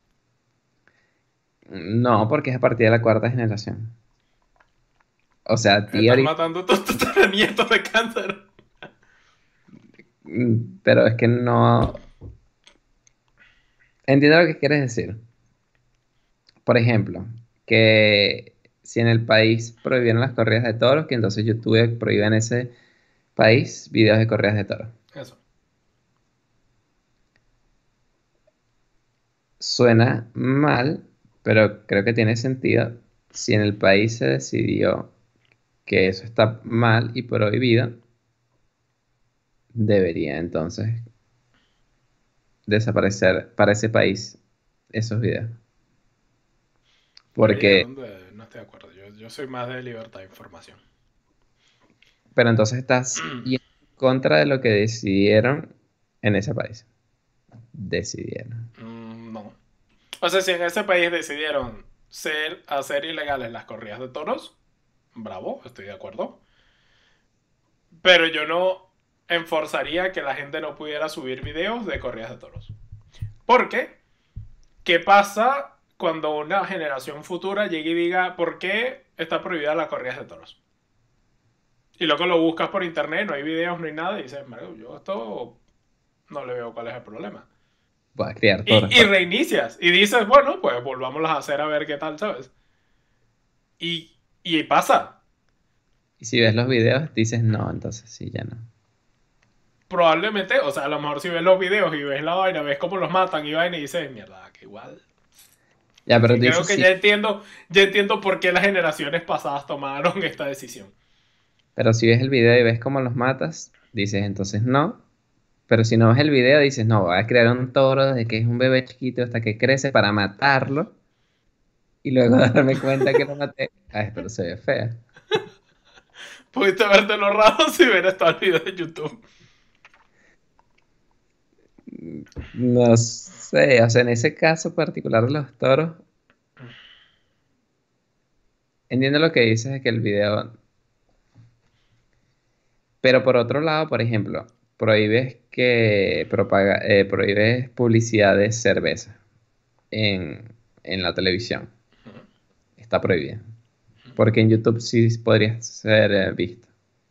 no, porque es a partir de la cuarta generación. O sea, a ti Estás ahorita, matando a todos tus tataranietos de cáncer. mm, pero es que no. Entiendo lo que quieres decir. Por ejemplo, que si en el país prohibieron las corridas de toros, que entonces YouTube prohíbe en ese país videos de corridas de toros. Eso. Suena mal, pero creo que tiene sentido si en el país se decidió que eso está mal y prohibido, debería entonces desaparecer para ese país esos videos. Pero ahí es Porque, donde no estoy de acuerdo. Yo, yo soy más de libertad de información. pero entonces estás yendo en contra de lo que decidieron en ese país. Decidieron. Mm, no. O sea, si en ese país decidieron ser, hacer ilegales las corridas de toros, bravo, estoy de acuerdo. Pero yo no enforzaría que la gente no pudiera subir videos de corridas de toros. ¿Por qué? ¿Qué pasa cuando una generación futura llegue y diga por qué está prohibida las corridas de toros? Y luego lo buscas por internet, no hay videos, no hay nada, y dices, Mario, yo esto no le veo cuál es el problema. Voy a criar toros. Y, y Para... reinicias, y dices, bueno, pues volvámoslas a hacer a ver qué tal, ¿sabes? Y, y pasa. Y si ves los videos, dices no, entonces sí, ya no. Probablemente, o sea, a lo mejor si ves los videos y ves la vaina, ves cómo los matan y vaina y dices, mierda, que igual. Ya, pero Que tú creo dices que sí. ya entiendo, ya entiendo por qué las generaciones pasadas tomaron esta decisión. Pero si ves el video y ves cómo los matas, dices entonces no. Pero si no ves el video, dices no, voy a crear un toro desde que es un bebé chiquito hasta que crece para matarlo. Y luego darme cuenta que lo maté. Ay, pero se ve fea. Pudiste verte los raros y ver estos videos de YouTube. No sé, o sea, en ese caso particular de los toros, entiendo lo que dices de que el video. Pero por otro lado, por ejemplo, prohíbes que propaga, eh, prohíbes publicidad de cerveza en, en la televisión. Está prohibida. Porque en YouTube sí podría ser eh, visto.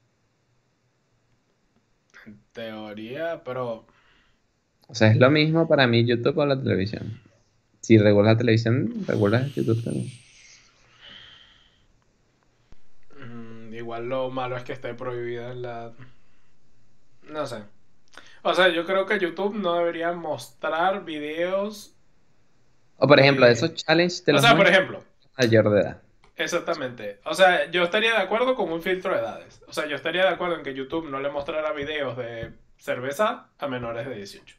Teoría, pero O sea, es lo mismo para mí YouTube o la televisión. Si regulas la televisión, regulas YouTube también. mm, igual lo malo es que esté prohibida en la... No sé. O sea, yo creo que YouTube no debería mostrar videos O por ejemplo, esos de... challenges te O los sea, por muestran ejemplo, a mayor de edad. exactamente. O sea, yo estaría de acuerdo con un filtro de edades. O sea, yo estaría de acuerdo en que YouTube no le mostrara videos de cerveza a menores de dieciocho.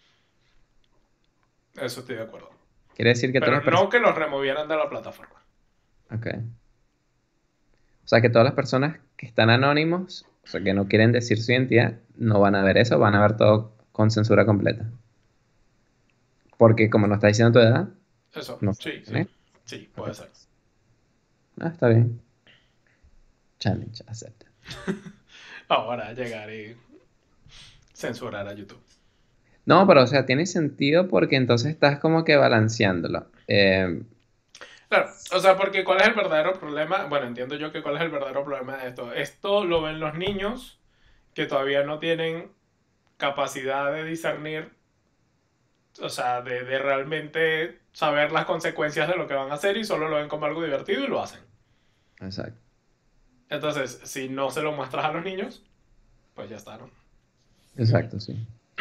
Eso estoy de acuerdo. Quiere decir que todas Pero las personas... no que los removieran de la plataforma. Ok. O sea, que todas las personas que están anónimos, o sea, que no quieren decir su identidad, no van a ver eso, van a ver todo con censura completa. Porque como no está diciendo tu edad, Eso, no sé. sí, sí. ¿Eh? Sí, Ok. puede ser. Ah, está bien. Challenge accepted. Ahora llegar y censurar a YouTube. No, pero o sea, tiene sentido porque entonces estás como que balanceándolo. Eh, Claro, o sea, porque ¿cuál es el verdadero problema? Bueno, entiendo yo que cuál es el verdadero problema de esto. Esto lo ven los niños que todavía no tienen capacidad de discernir, o sea, de, de realmente saber las consecuencias de lo que van a hacer y solo lo ven como algo divertido y lo hacen. exacto, Entonces, si no se lo muestras a los niños, pues ya está, ¿no? exacto, sí.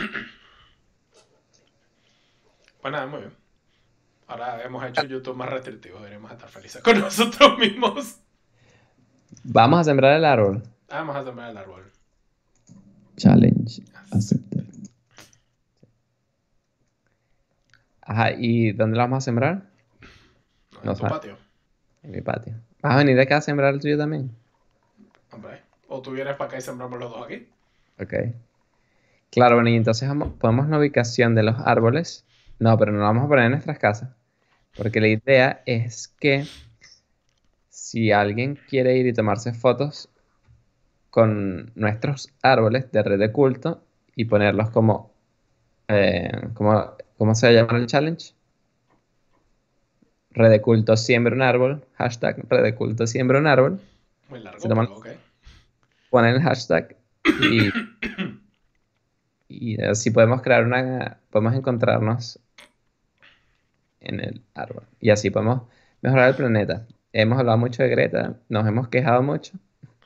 Pues nada, muy bien. Ahora hemos hecho YouTube más restrictivo, deberíamos estar felices con nosotros mismos. Vamos a sembrar el árbol. Vamos a sembrar el árbol. Challenge accepted. Acepte. Ajá, ¿y dónde lo vamos a sembrar? No, No en tu sabes, patio, en mi patio. ¿Vas a venir acá a sembrar el tuyo también? hombre. O tú vienes para acá y sembramos los dos aquí. Ok. Claro, bueno, y entonces vamos- ponemos la ubicación de los árboles. No, pero no lo vamos a poner en nuestras casas. Porque la idea es que si alguien quiere ir y tomarse fotos con nuestros árboles de red de culto y ponerlos como, eh, como- ¿cómo se llama el challenge? Red de culto siembra un árbol, hashtag red de culto siembra un árbol. Muy Se largo, toman, pero ok. ponen el hashtag y, y así podemos crear una, podemos encontrarnos en el árbol. Y así podemos mejorar el planeta. Hemos hablado mucho de Greta, nos hemos quejado mucho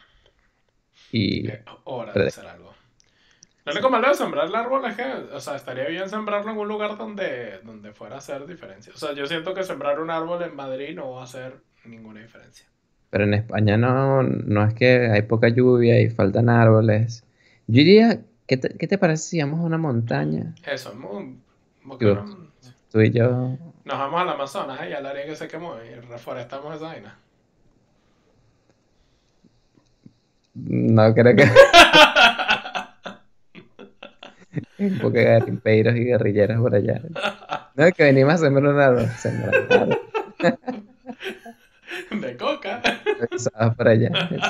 y Es hora de red- hacer algo. Lo único sí. malo de sembrar el árbol es que, o sea, estaría bien sembrarlo en un lugar donde, donde fuera a hacer diferencia. O sea, yo siento que sembrar un árbol en Madrid no va a hacer ninguna diferencia. Pero en España no, no es que hay poca lluvia y faltan árboles. Yo diría, ¿qué te, qué te parece si vamos a una montaña? Eso, es muy... Porque Tú, no, tú y yo. nos vamos al Amazonas y al área que se quemó y reforestamos esa vaina. No creo que hay un poco de garimpeiros y guerrilleros por allá. No es que venimos a sembrar un árbol, sembrar un árbol. De coca. Pensados por allá. Eso.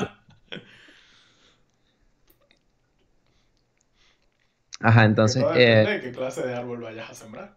Ajá, Que entonces, todo eh, depende de qué clase de árbol vayas a sembrar.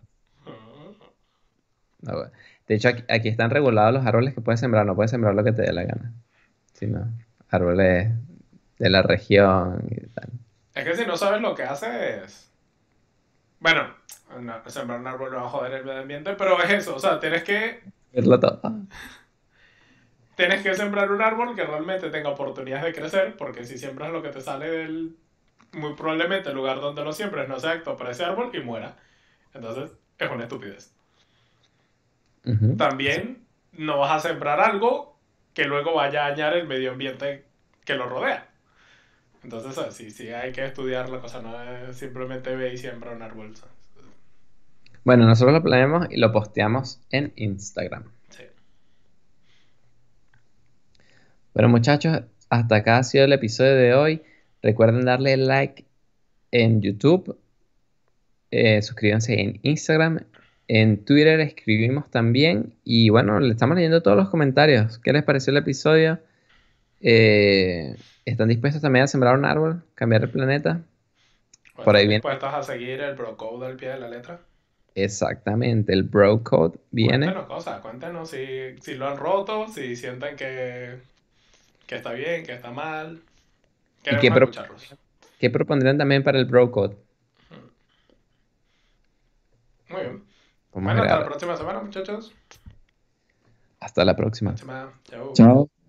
no, bueno. De hecho, aquí, aquí están regulados los árboles que puedes sembrar, no puedes sembrar lo que te dé la gana, sino árboles de la región y tal. Es que si no sabes lo que haces. Bueno, no, sembrar un árbol no va a joder el medio ambiente, pero es eso. O sea, tienes que, Verlo todo. tienes que sembrar un árbol que realmente tenga oportunidades de crecer, porque si siembras lo que te sale del. Muy probablemente el lugar donde lo siembres no sea apto para ese árbol y muera. Entonces, es una estupidez. Ujú. También no vas a sembrar algo que luego vaya a dañar el medio ambiente que lo rodea. Entonces, ¿sabes? Sí, sí hay que estudiar la cosa, no es simplemente ve y siembra un árbol. ¿Sabes? Bueno, nosotros lo planeamos y lo posteamos en Instagram. Sí. Bueno, muchachos, hasta acá ha sido el episodio de hoy. Recuerden darle like en YouTube, eh, suscríbanse en Instagram, en Twitter escribimos también y bueno, le estamos leyendo todos los comentarios. ¿Qué les pareció el episodio? Eh, ¿están dispuestos también a sembrar un árbol, cambiar el planeta? ¿O Por ahí están viene dispuestos a seguir el Brocode al pie de la letra? exactamente el Bro Code viene. Cuéntenos cosas, cuéntenos si, si lo han roto, si sienten que, que está bien, que está mal. ¿Y qué, Queremos pro- escucharlos. qué propondrían también para el Bro Code? Muy bien. Vamos a Bueno, hasta la agregar. próxima semana, muchachos. Hasta la próxima. Próxima. Chao. Chao.